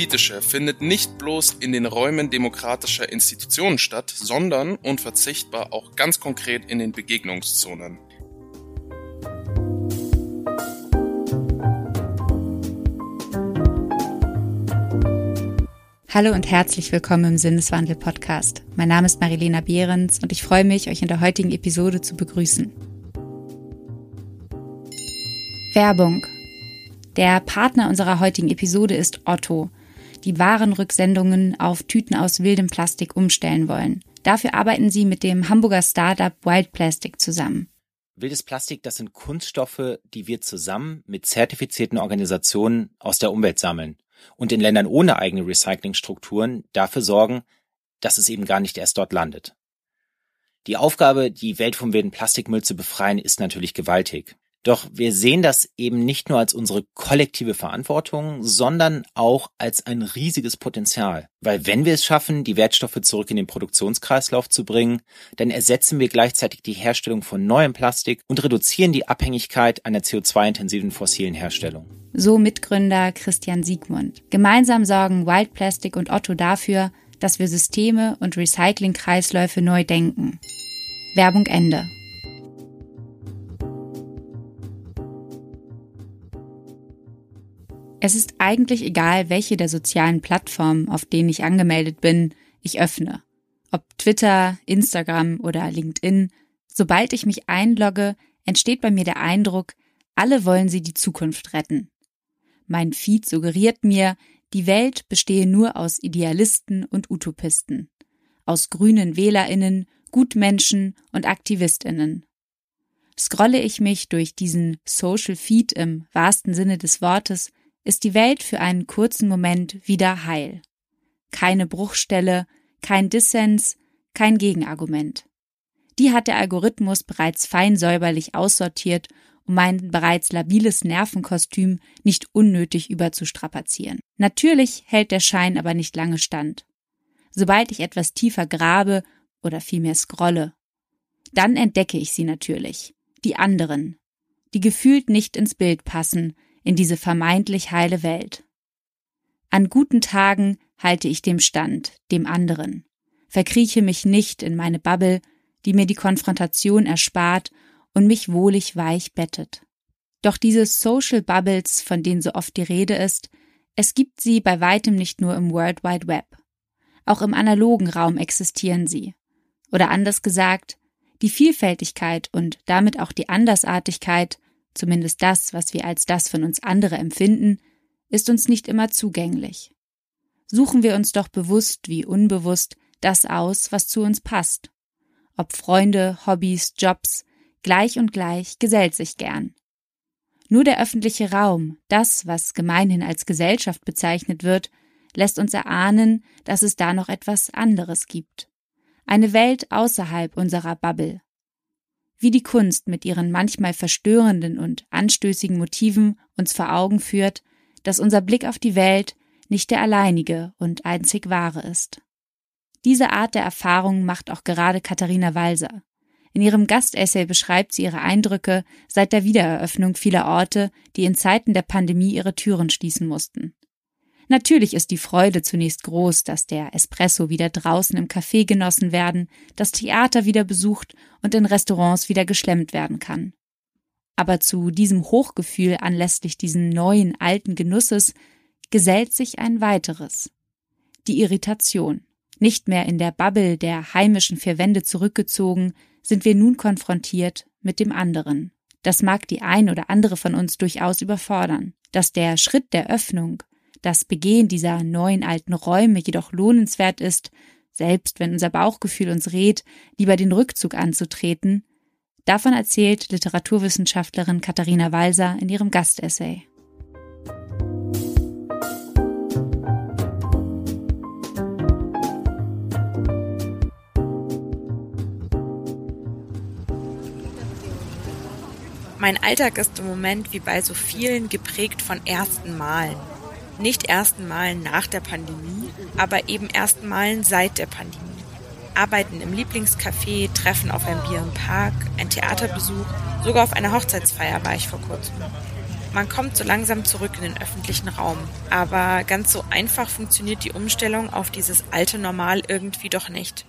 Politische findet nicht bloß in den Räumen demokratischer Institutionen statt, sondern unverzichtbar auch ganz konkret in den Begegnungszonen. Hallo und herzlich willkommen im Sinneswandel-Podcast. Mein Name ist Marilena Behrens und ich freue mich, euch in der heutigen Episode zu begrüßen. Werbung. Der Partner unserer heutigen Episode ist Otto, die Warenrücksendungen auf Tüten aus wildem Plastik umstellen wollen. Dafür arbeiten sie mit dem Hamburger Startup Wild Plastic zusammen. Wildes Plastik, das sind Kunststoffe, die wir zusammen mit zertifizierten Organisationen aus der Umwelt sammeln und in Ländern ohne eigene Recyclingstrukturen dafür sorgen, dass es eben gar nicht erst dort landet. Die Aufgabe, die Welt vom wilden Plastikmüll zu befreien, ist natürlich gewaltig. Doch wir sehen das eben nicht nur als unsere kollektive Verantwortung, sondern auch als ein riesiges Potenzial. Weil wenn wir es schaffen, die Wertstoffe zurück in den Produktionskreislauf zu bringen, dann ersetzen wir gleichzeitig die Herstellung von neuem Plastik und reduzieren die Abhängigkeit einer CO2-intensiven fossilen Herstellung. So Mitgründer Christian Siegmund. Gemeinsam sorgen Wild Plastic und Otto dafür, dass wir Systeme und Recyclingkreisläufe neu denken. Werbung Ende. Es ist eigentlich egal, welche der sozialen Plattformen, auf denen ich angemeldet bin, ich öffne. Ob Twitter, Instagram oder LinkedIn. Sobald ich mich einlogge, entsteht bei mir der Eindruck, alle wollen sie die Zukunft retten. Mein Feed suggeriert mir, die Welt bestehe nur aus Idealisten und Utopisten. Aus grünen WählerInnen, Gutmenschen und AktivistInnen. Scrolle ich mich durch diesen Social Feed im wahrsten Sinne des Wortes, ist die Welt für einen kurzen Moment wieder heil. Keine Bruchstelle, kein Dissens, kein Gegenargument. Die hat der Algorithmus bereits fein säuberlich aussortiert, um mein bereits labiles Nervenkostüm nicht unnötig überzustrapazieren. Natürlich hält der Schein aber nicht lange stand. Sobald ich etwas tiefer grabe oder vielmehr scrolle, dann entdecke ich sie natürlich, die anderen, die gefühlt nicht ins Bild passen, in diese vermeintlich heile Welt. An guten Tagen halte ich dem Stand, dem anderen, verkrieche mich nicht in meine Bubble, die mir die Konfrontation erspart und mich wohlig weich bettet. Doch diese Social Bubbles, von denen so oft die Rede ist, es gibt sie bei weitem nicht nur im World Wide Web. Auch im analogen Raum existieren sie. Oder anders gesagt, die Vielfältigkeit und damit auch die Andersartigkeit, zumindest das, was wir als das von uns andere empfinden, ist uns nicht immer zugänglich. Suchen wir uns doch bewusst wie unbewusst das aus, was zu uns passt. Ob Freunde, Hobbys, Jobs, gleich und gleich gesellt sich gern. Nur der öffentliche Raum, das, was gemeinhin als Gesellschaft bezeichnet wird, lässt uns erahnen, dass es da noch etwas anderes gibt. Eine Welt außerhalb unserer Bubble. Wie die Kunst mit ihren manchmal verstörenden und anstößigen Motiven uns vor Augen führt, dass unser Blick auf die Welt nicht der alleinige und einzig wahre ist. Diese Art der Erfahrung macht auch gerade Katharina Walser. In ihrem Gastessay beschreibt sie ihre Eindrücke seit der Wiedereröffnung vieler Orte, die in Zeiten der Pandemie ihre Türen schließen mussten. Natürlich ist die Freude zunächst groß, dass der Espresso wieder draußen im Café genossen werden, das Theater wieder besucht und in Restaurants wieder geschlemmt werden kann. Aber zu diesem Hochgefühl anlässlich diesen neuen, alten Genusses gesellt sich ein weiteres. Die Irritation. Nicht mehr in der Bubble der heimischen vier Wände zurückgezogen, sind wir nun konfrontiert mit dem anderen. Das mag die ein oder andere von uns durchaus überfordern. Dass der Schritt der Öffnung, das Begehen dieser neuen alten Räume jedoch lohnenswert ist, selbst wenn unser Bauchgefühl uns rät, lieber den Rückzug anzutreten, davon erzählt Literaturwissenschaftlerin Katharina Walser in ihrem Gastessay. Mein Alltag ist im Moment wie bei so vielen geprägt von ersten Malen. Nicht ersten Malen nach der Pandemie, aber eben ersten Malen seit der Pandemie. Arbeiten im Lieblingscafé, Treffen auf ein Bier im Park, ein Theaterbesuch, sogar auf einer Hochzeitsfeier war ich vor kurzem. Man kommt so langsam zurück in den öffentlichen Raum. Aber ganz so einfach funktioniert die Umstellung auf dieses alte Normal irgendwie doch nicht.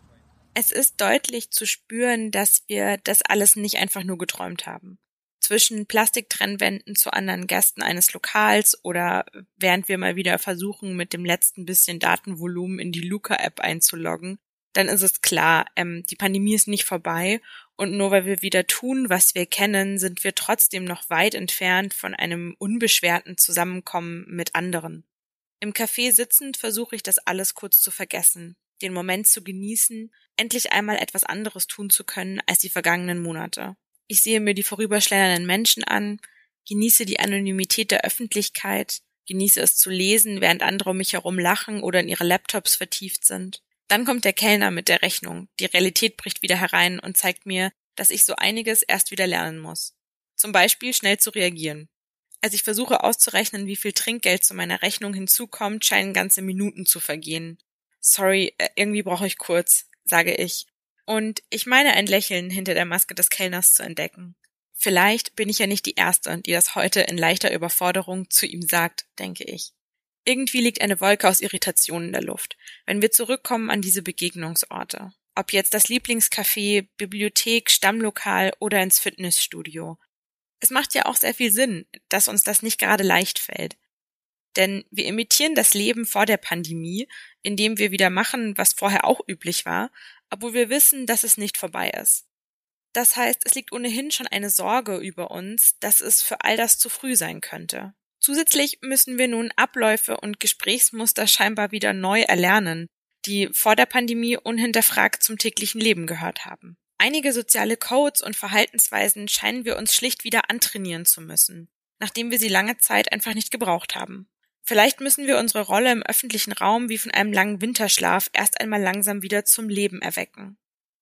Es ist deutlich zu spüren, dass wir das alles nicht einfach nur geträumt haben. Zwischen Plastiktrennwänden zu anderen Gästen eines Lokals oder während wir mal wieder versuchen, mit dem letzten bisschen Datenvolumen in die Luca-App einzuloggen, dann ist es klar, die Pandemie ist nicht vorbei und nur weil wir wieder tun, was wir kennen, sind wir trotzdem noch weit entfernt von einem unbeschwerten Zusammenkommen mit anderen. Im Café sitzend versuche ich das alles kurz zu vergessen, den Moment zu genießen, endlich einmal etwas anderes tun zu können als die vergangenen Monate. Ich sehe mir die vorüberschlendernden Menschen an, genieße die Anonymität der Öffentlichkeit, genieße es zu lesen, während andere um mich herum lachen oder in ihre Laptops vertieft sind. Dann kommt der Kellner mit der Rechnung. Die Realität bricht wieder herein und zeigt mir, dass ich so einiges erst wieder lernen muss. Zum Beispiel schnell zu reagieren. Als ich versuche auszurechnen, wie viel Trinkgeld zu meiner Rechnung hinzukommt, scheinen ganze Minuten zu vergehen. Sorry, irgendwie brauche ich kurz, sage ich. Und ich meine ein Lächeln hinter der Maske des Kellners zu entdecken. Vielleicht bin ich ja nicht die Erste, die das heute in leichter Überforderung zu ihm sagt, denke ich. Irgendwie liegt eine Wolke aus Irritation in der Luft, wenn wir zurückkommen an diese Begegnungsorte. Ob jetzt das Lieblingscafé, Bibliothek, Stammlokal oder ins Fitnessstudio. Es macht ja auch sehr viel Sinn, dass uns das nicht gerade leicht fällt. Denn wir imitieren das Leben vor der Pandemie, indem wir wieder machen, was vorher auch üblich war, obwohl wir wissen, dass es nicht vorbei ist. Das heißt, es liegt ohnehin schon eine Sorge über uns, dass es für all das zu früh sein könnte. Zusätzlich müssen wir nun Abläufe und Gesprächsmuster scheinbar wieder neu erlernen, die vor der Pandemie unhinterfragt zum täglichen Leben gehört haben. Einige soziale Codes und Verhaltensweisen scheinen wir uns schlicht wieder antrainieren zu müssen, nachdem wir sie lange Zeit einfach nicht gebraucht haben. Vielleicht müssen wir unsere Rolle im öffentlichen Raum wie von einem langen Winterschlaf erst einmal langsam wieder zum Leben erwecken.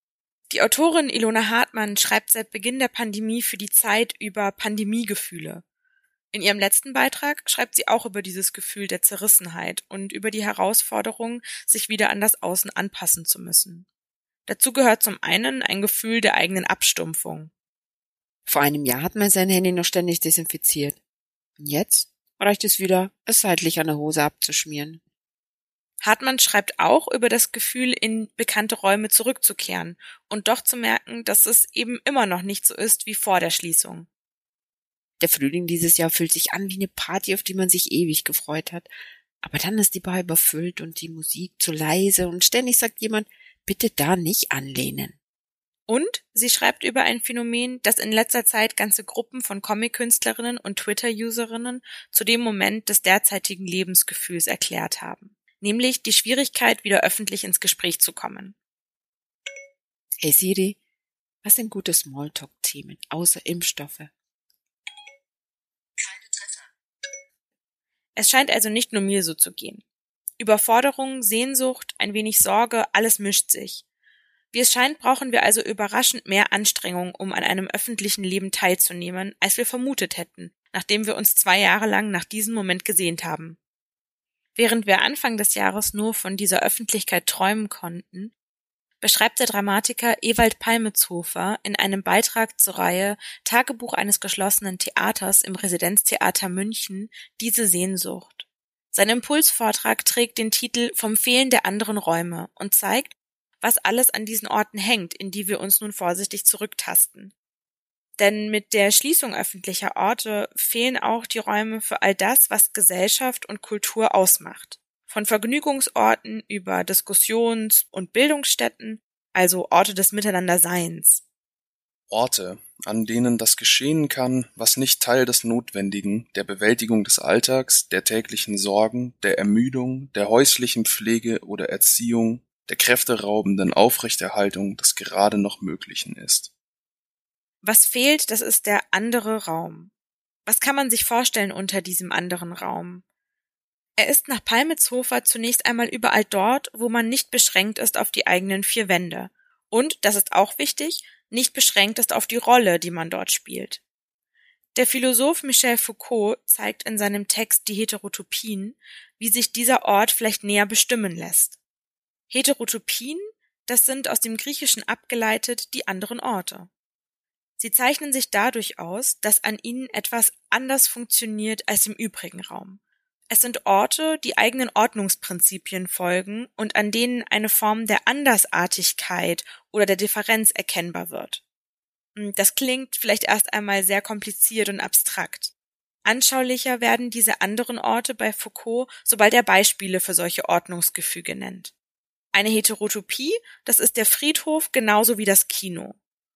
Die Autorin Ilona Hartmann schreibt seit Beginn der Pandemie für die Zeit über Pandemiegefühle. In ihrem letzten Beitrag schreibt sie auch über dieses Gefühl der Zerrissenheit und über die Herausforderung, sich wieder an das Außen anpassen zu müssen. Dazu gehört zum einen ein Gefühl der eigenen Abstumpfung. Vor einem Jahr hat man sein Handy noch ständig desinfiziert. Und jetzt reicht es wieder, es seitlich an der Hose abzuschmieren. Hartmann schreibt auch über das Gefühl, in bekannte Räume zurückzukehren und doch zu merken, dass es eben immer noch nicht so ist wie vor der Schließung. Der Frühling dieses Jahr fühlt sich an wie eine Party, auf die man sich ewig gefreut hat. Aber dann ist die Bar überfüllt und die Musik zu leise und ständig sagt jemand, bitte da nicht anlehnen. Und sie schreibt über ein Phänomen, das in letzter Zeit ganze Gruppen von Comic-Künstlerinnen und Twitter-Userinnen zu dem Moment des derzeitigen Lebensgefühls erklärt haben. Nämlich die Schwierigkeit, wieder öffentlich ins Gespräch zu kommen. Hey Siri, was sind gute Smalltalk-Themen außer Impfstoffe? Es scheint also nicht nur mir so zu gehen. Überforderung, Sehnsucht, ein wenig Sorge, alles mischt sich. Wie es scheint, brauchen wir also überraschend mehr Anstrengung, um an einem öffentlichen Leben teilzunehmen, als wir vermutet hätten, nachdem wir uns 2 Jahre lang nach diesem Moment gesehnt haben. Während wir Anfang des Jahres nur von dieser Öffentlichkeit träumen konnten, beschreibt der Dramatiker Ewald Palmetshofer in einem Beitrag zur Reihe Tagebuch eines geschlossenen Theaters im Residenztheater München diese Sehnsucht. Sein Impulsvortrag trägt den Titel Vom Fehlen der anderen Räume und zeigt, was alles an diesen Orten hängt, in die wir uns nun vorsichtig zurücktasten. Denn mit der Schließung öffentlicher Orte fehlen auch die Räume für all das, was Gesellschaft und Kultur ausmacht. Von Vergnügungsorten über Diskussions- und Bildungsstätten, also Orte des Miteinanderseins. Orte, an denen das geschehen kann, was nicht Teil des Notwendigen, der Bewältigung des Alltags, der täglichen Sorgen, der Ermüdung, der häuslichen Pflege oder Erziehung, der kräfteraubenden Aufrechterhaltung des gerade noch Möglichen ist. Was fehlt, das ist der andere Raum. Was kann man sich vorstellen unter diesem anderen Raum? Er ist nach Palmetshofer zunächst einmal überall dort, wo man nicht beschränkt ist auf die eigenen 4 Wände. Und, das ist auch wichtig, nicht beschränkt ist auf die Rolle, die man dort spielt. Der Philosoph Michel Foucault zeigt in seinem Text Die Heterotopien, wie sich dieser Ort vielleicht näher bestimmen lässt. Heterotopien, das sind aus dem Griechischen abgeleitet die anderen Orte. Sie zeichnen sich dadurch aus, dass an ihnen etwas anders funktioniert als im übrigen Raum. Es sind Orte, die eigenen Ordnungsprinzipien folgen und an denen eine Form der Andersartigkeit oder der Differenz erkennbar wird. Das klingt vielleicht erst einmal sehr kompliziert und abstrakt. Anschaulicher werden diese anderen Orte bei Foucault, sobald er Beispiele für solche Ordnungsgefüge nennt. Eine Heterotopie, das ist der Friedhof genauso wie das Kino.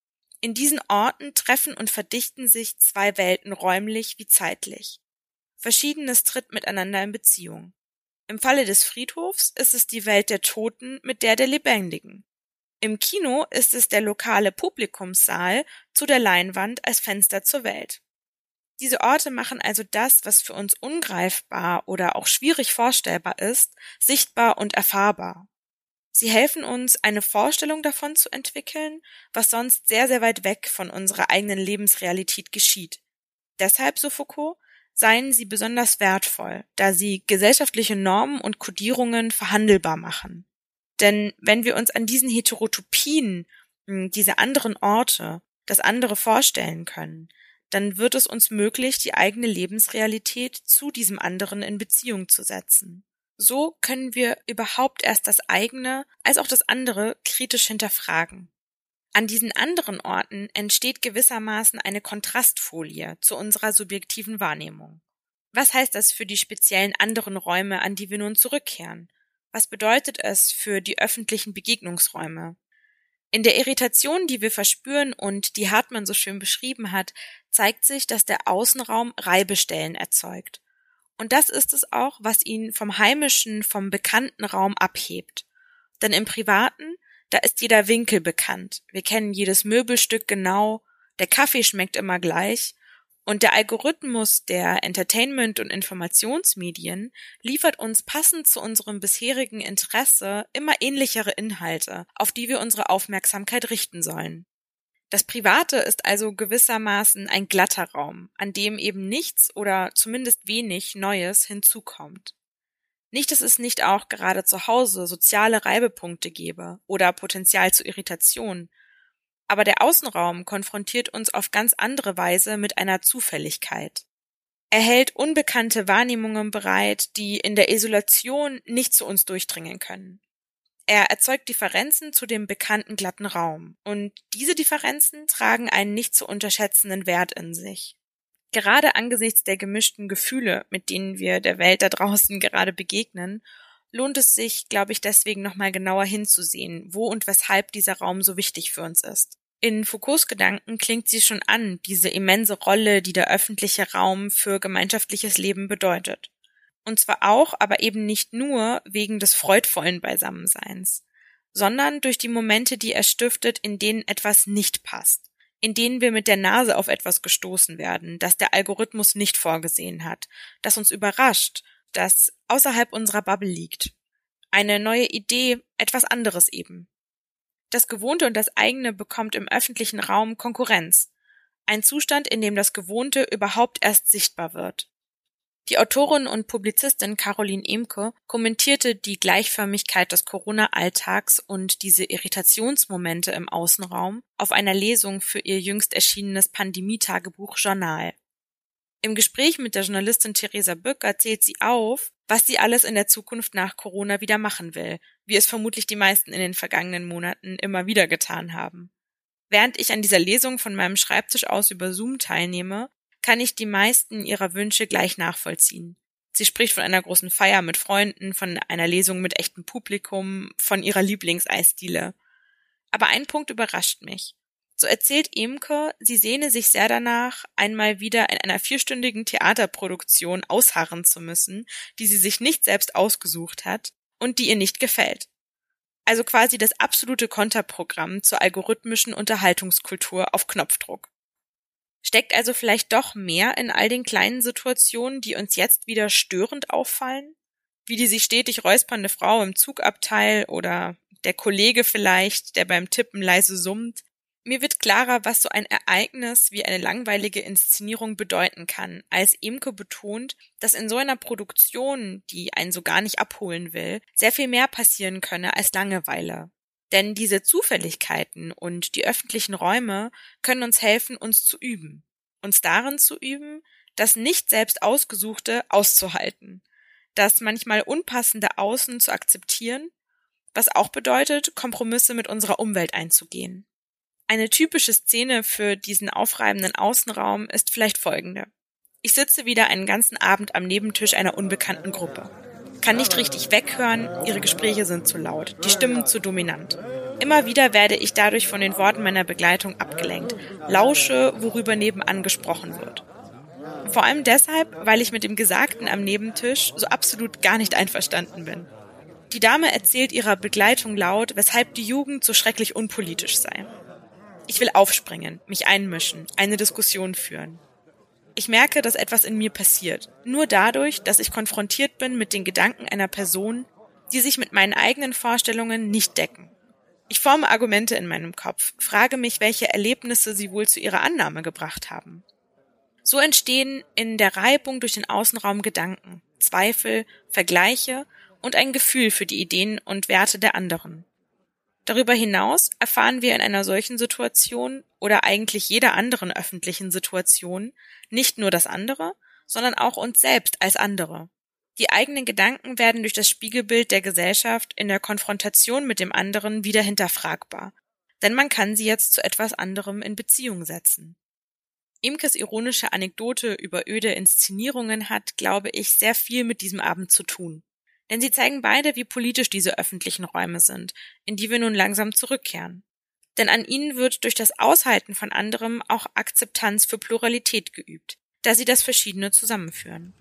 In diesen Orten treffen und verdichten sich zwei Welten räumlich wie zeitlich. Verschiedenes tritt miteinander in Beziehung. Im Falle des Friedhofs ist es die Welt der Toten mit der Lebendigen. Im Kino ist es der lokale Publikumssaal zu der Leinwand als Fenster zur Welt. Diese Orte machen also das, was für uns ungreifbar oder auch schwierig vorstellbar ist, sichtbar und erfahrbar. Sie helfen uns, eine Vorstellung davon zu entwickeln, was sonst sehr, sehr weit weg von unserer eigenen Lebensrealität geschieht. Deshalb, so Foucault, seien sie besonders wertvoll, da sie gesellschaftliche Normen und Kodierungen verhandelbar machen. Denn wenn wir uns an diesen Heterotopien, diese anderen Orte, das andere vorstellen können, dann wird es uns möglich, die eigene Lebensrealität zu diesem anderen in Beziehung zu setzen. So können wir überhaupt erst das eigene als auch das andere kritisch hinterfragen. An diesen anderen Orten entsteht gewissermaßen eine Kontrastfolie zu unserer subjektiven Wahrnehmung. Was heißt das für die speziellen anderen Räume, an die wir nun zurückkehren? Was bedeutet es für die öffentlichen Begegnungsräume? In der Irritation, die wir verspüren und die Hartmann so schön beschrieben hat, zeigt sich, dass der Außenraum Reibestellen erzeugt. Und das ist es auch, was ihn vom heimischen, vom bekannten Raum abhebt. Denn im Privaten, da ist jeder Winkel bekannt. Wir kennen jedes Möbelstück genau, der Kaffee schmeckt immer gleich und der Algorithmus der Entertainment- und Informationsmedien liefert uns passend zu unserem bisherigen Interesse immer ähnlichere Inhalte, auf die wir unsere Aufmerksamkeit richten sollen. Das Private ist also gewissermaßen ein glatter Raum, an dem eben nichts oder zumindest wenig Neues hinzukommt. Nicht, dass es nicht auch gerade zu Hause soziale Reibepunkte gäbe oder Potenzial zu Irritation, aber der Außenraum konfrontiert uns auf ganz andere Weise mit einer Zufälligkeit. Er hält unbekannte Wahrnehmungen bereit, die in der Isolation nicht zu uns durchdringen können. Er erzeugt Differenzen zu dem bekannten glatten Raum, und diese Differenzen tragen einen nicht zu unterschätzenden Wert in sich. Gerade angesichts der gemischten Gefühle, mit denen wir der Welt da draußen gerade begegnen, lohnt es sich, glaube ich, deswegen nochmal genauer hinzusehen, wo und weshalb dieser Raum so wichtig für uns ist. In Foucaults Gedanken klingt sie schon an, diese immense Rolle, die der öffentliche Raum für gemeinschaftliches Leben bedeutet. Und zwar auch, aber eben nicht nur wegen des freudvollen Beisammenseins, sondern durch die Momente, die er stiftet, in denen etwas nicht passt, in denen wir mit der Nase auf etwas gestoßen werden, das der Algorithmus nicht vorgesehen hat, das uns überrascht, das außerhalb unserer Bubble liegt. Eine neue Idee, etwas anderes eben. Das Gewohnte und das Eigene bekommt im öffentlichen Raum Konkurrenz, ein Zustand, in dem das Gewohnte überhaupt erst sichtbar wird. Die Autorin und Publizistin Caroline Emke kommentierte die Gleichförmigkeit des Corona-Alltags und diese Irritationsmomente im Außenraum auf einer Lesung für ihr jüngst erschienenes Pandemie-Tagebuch Journal. Im Gespräch mit der Journalistin Theresa Böcker zählt sie auf, was sie alles in der Zukunft nach Corona wieder machen will, wie es vermutlich die meisten in den vergangenen Monaten immer wieder getan haben. Während ich an dieser Lesung von meinem Schreibtisch aus über Zoom teilnehme, kann ich die meisten ihrer Wünsche gleich nachvollziehen. Sie spricht von einer großen Feier mit Freunden, von einer Lesung mit echtem Publikum, von ihrer Lieblingseisdiele. Aber ein Punkt überrascht mich. So erzählt Emke, sie sehne sich sehr danach, einmal wieder in einer 4-stündigen Theaterproduktion ausharren zu müssen, die sie sich nicht selbst ausgesucht hat und die ihr nicht gefällt. Also quasi das absolute Konterprogramm zur algorithmischen Unterhaltungskultur auf Knopfdruck. Steckt also vielleicht doch mehr in all den kleinen Situationen, die uns jetzt wieder störend auffallen? Wie die sich stetig räuspernde Frau im Zugabteil oder der Kollege vielleicht, der beim Tippen leise summt. Mir wird klarer, was so ein Ereignis wie eine langweilige Inszenierung bedeuten kann, als Emke betont, dass in so einer Produktion, die einen so gar nicht abholen will, sehr viel mehr passieren könne als Langeweile. Denn diese Zufälligkeiten und die öffentlichen Räume können uns helfen, uns zu üben. Uns darin zu üben, das nicht selbst Ausgesuchte auszuhalten, das manchmal unpassende Außen zu akzeptieren, was auch bedeutet, Kompromisse mit unserer Umwelt einzugehen. Eine typische Szene für diesen aufreibenden Außenraum ist vielleicht folgende. Ich sitze wieder einen ganzen Abend am Nebentisch einer unbekannten Gruppe. Kann nicht richtig weghören, ihre Gespräche sind zu laut, die Stimmen zu dominant. Immer wieder werde ich dadurch von den Worten meiner Begleitung abgelenkt, lausche, worüber nebenan gesprochen wird. Vor allem deshalb, weil ich mit dem Gesagten am Nebentisch so absolut gar nicht einverstanden bin. Die Dame erzählt ihrer Begleitung laut, weshalb die Jugend so schrecklich unpolitisch sei. Ich will aufspringen, mich einmischen, eine Diskussion führen. Ich merke, dass etwas in mir passiert, nur dadurch, dass ich konfrontiert bin mit den Gedanken einer Person, die sich mit meinen eigenen Vorstellungen nicht decken. Ich forme Argumente in meinem Kopf, frage mich, welche Erlebnisse sie wohl zu ihrer Annahme gebracht haben. So entstehen in der Reibung durch den Außenraum Gedanken, Zweifel, Vergleiche und ein Gefühl für die Ideen und Werte der anderen. Darüber hinaus erfahren wir in einer solchen Situation oder eigentlich jeder anderen öffentlichen Situation nicht nur das andere, sondern auch uns selbst als andere. Die eigenen Gedanken werden durch das Spiegelbild der Gesellschaft in der Konfrontation mit dem anderen wieder hinterfragbar, denn man kann sie jetzt zu etwas anderem in Beziehung setzen. Imkes ironische Anekdote über öde Inszenierungen hat, glaube ich, sehr viel mit diesem Abend zu tun. Denn sie zeigen beide, wie politisch diese öffentlichen Räume sind, in die wir nun langsam zurückkehren. Denn an ihnen wird durch das Aushalten von anderem auch Akzeptanz für Pluralität geübt, da sie das Verschiedene zusammenführen.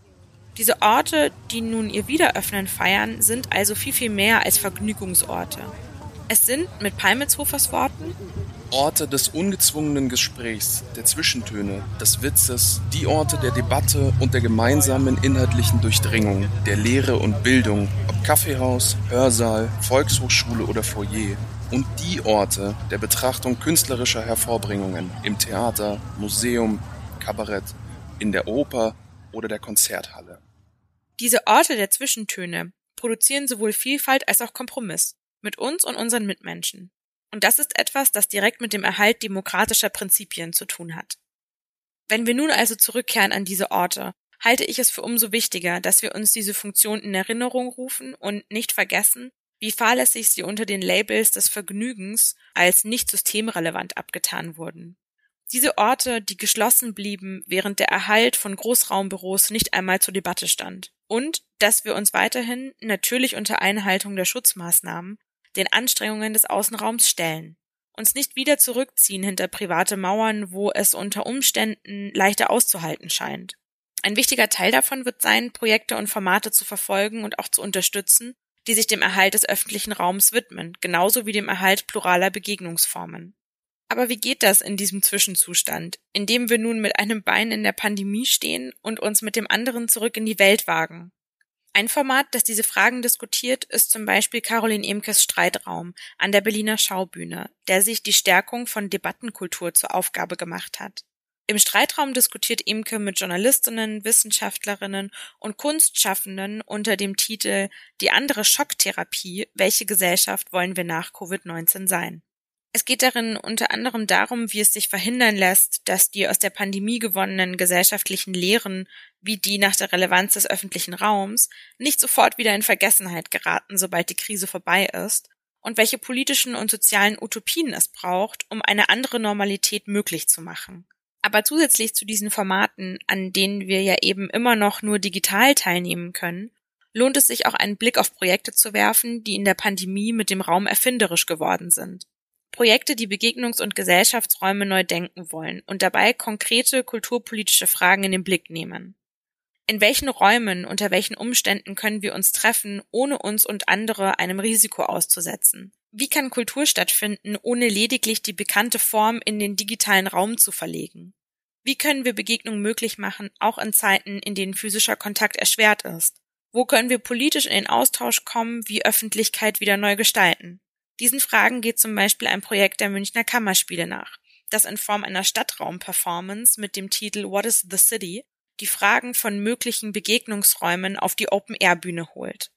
Diese Orte, die nun ihr Wiederöffnen feiern, sind also viel, viel mehr als Vergnügungsorte. Es sind, mit Palmitzhofers Worten, Orte des ungezwungenen Gesprächs, der Zwischentöne, des Witzes, die Orte der Debatte und der gemeinsamen inhaltlichen Durchdringung, der Lehre und Bildung, ob Kaffeehaus, Hörsaal, Volkshochschule oder Foyer, und die Orte der Betrachtung künstlerischer Hervorbringungen im Theater, Museum, Kabarett, in der Oper oder der Konzerthalle. Diese Orte der Zwischentöne produzieren sowohl Vielfalt als auch Kompromiss mit uns und unseren Mitmenschen. Und das ist etwas, das direkt mit dem Erhalt demokratischer Prinzipien zu tun hat. Wenn wir nun also zurückkehren an diese Orte, halte ich es für umso wichtiger, dass wir uns diese Funktion in Erinnerung rufen und nicht vergessen, wie fahrlässig sie unter den Labels des Vergnügens als nicht systemrelevant abgetan wurden. Diese Orte, die geschlossen blieben, während der Erhalt von Großraumbüros nicht einmal zur Debatte stand. Und dass wir uns weiterhin, natürlich unter Einhaltung der Schutzmaßnahmen, den Anstrengungen des Außenraums stellen. Uns nicht wieder zurückziehen hinter private Mauern, wo es unter Umständen leichter auszuhalten scheint. Ein wichtiger Teil davon wird sein, Projekte und Formate zu verfolgen und auch zu unterstützen, die sich dem Erhalt des öffentlichen Raums widmen, genauso wie dem Erhalt pluraler Begegnungsformen. Aber wie geht das in diesem Zwischenzustand, in dem wir nun mit einem Bein in der Pandemie stehen und uns mit dem anderen zurück in die Welt wagen? Ein Format, das diese Fragen diskutiert, ist zum Beispiel Caroline Emkes Streitraum an der Berliner Schaubühne, der sich die Stärkung von Debattenkultur zur Aufgabe gemacht hat. Im Streitraum diskutiert Emke mit Journalistinnen, Wissenschaftlerinnen und Kunstschaffenden unter dem Titel »Die andere Schocktherapie – Welche Gesellschaft wollen wir nach Covid-19 sein?« Es geht darin unter anderem darum, wie es sich verhindern lässt, dass die aus der Pandemie gewonnenen gesellschaftlichen Lehren, wie die nach der Relevanz des öffentlichen Raums, nicht sofort wieder in Vergessenheit geraten, sobald die Krise vorbei ist, und welche politischen und sozialen Utopien es braucht, um eine andere Normalität möglich zu machen. Aber zusätzlich zu diesen Formaten, an denen wir ja eben immer noch nur digital teilnehmen können, lohnt es sich auch einen Blick auf Projekte zu werfen, die in der Pandemie mit dem Raum erfinderisch geworden sind. Projekte, die Begegnungs- und Gesellschaftsräume neu denken wollen und dabei konkrete kulturpolitische Fragen in den Blick nehmen. In welchen Räumen, unter welchen Umständen können wir uns treffen, ohne uns und andere einem Risiko auszusetzen? Wie kann Kultur stattfinden, ohne lediglich die bekannte Form in den digitalen Raum zu verlegen? Wie können wir Begegnungen möglich machen, auch in Zeiten, in denen physischer Kontakt erschwert ist? Wo können wir politisch in den Austausch kommen, wie Öffentlichkeit wieder neu gestalten? Diesen Fragen geht zum Beispiel ein Projekt der Münchner Kammerspiele nach, das in Form einer Stadtraum-Performance mit dem Titel What is the City die Fragen von möglichen Begegnungsräumen auf die Open-Air-Bühne holt.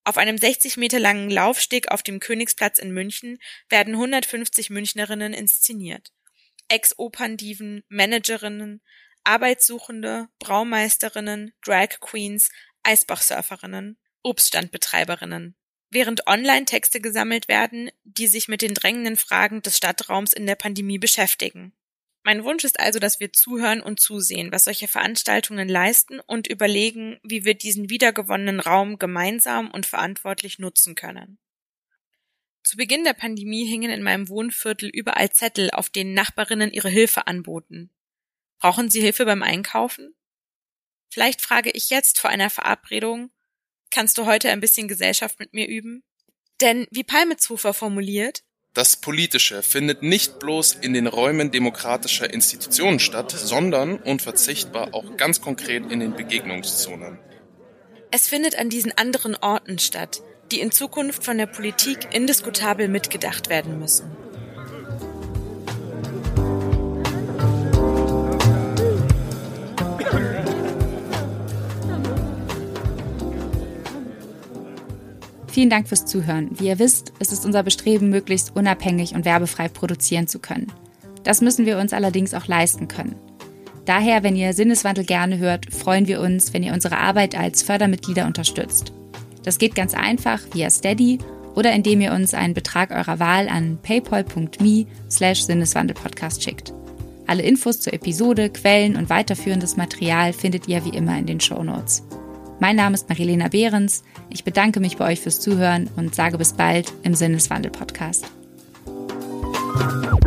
Auf einem 60 Meter langen Laufsteg auf dem Königsplatz in München werden 150 Münchnerinnen inszeniert. Ex-Operndiven, Managerinnen, Arbeitssuchende, Braumeisterinnen, Drag Queens, Eisbachsurferinnen, Obststandbetreiberinnen. Während Online-Texte gesammelt werden, die sich mit den drängenden Fragen des Stadtraums in der Pandemie beschäftigen. Mein Wunsch ist also, dass wir zuhören und zusehen, was solche Veranstaltungen leisten und überlegen, wie wir diesen wiedergewonnenen Raum gemeinsam und verantwortlich nutzen können. Zu Beginn der Pandemie hingen in meinem Wohnviertel überall Zettel, auf denen Nachbarinnen ihre Hilfe anboten. Brauchen Sie Hilfe beim Einkaufen? Vielleicht frage ich jetzt vor einer Verabredung, kannst du heute ein bisschen Gesellschaft mit mir üben? Denn wie Palmetshofer formuliert, das Politische findet nicht bloß in den Räumen demokratischer Institutionen statt, sondern unverzichtbar auch ganz konkret in den Begegnungszonen. Es findet an diesen anderen Orten statt, die in Zukunft von der Politik indiskutabel mitgedacht werden müssen. Vielen Dank fürs Zuhören. Wie ihr wisst, ist es unser Bestreben, möglichst unabhängig und werbefrei produzieren zu können. Das müssen wir uns allerdings auch leisten können. Daher, wenn ihr Sinneswandel gerne hört, freuen wir uns, wenn ihr unsere Arbeit als Fördermitglieder unterstützt. Das geht ganz einfach via Steady oder indem ihr uns einen Betrag eurer Wahl an paypal.me/Sinneswandelpodcast schickt. Alle Infos zur Episode, Quellen und weiterführendes Material findet ihr wie immer in den Shownotes. Mein Name ist Marilena Behrens. Ich bedanke mich bei euch fürs Zuhören und sage bis bald im Sinneswandel-Podcast.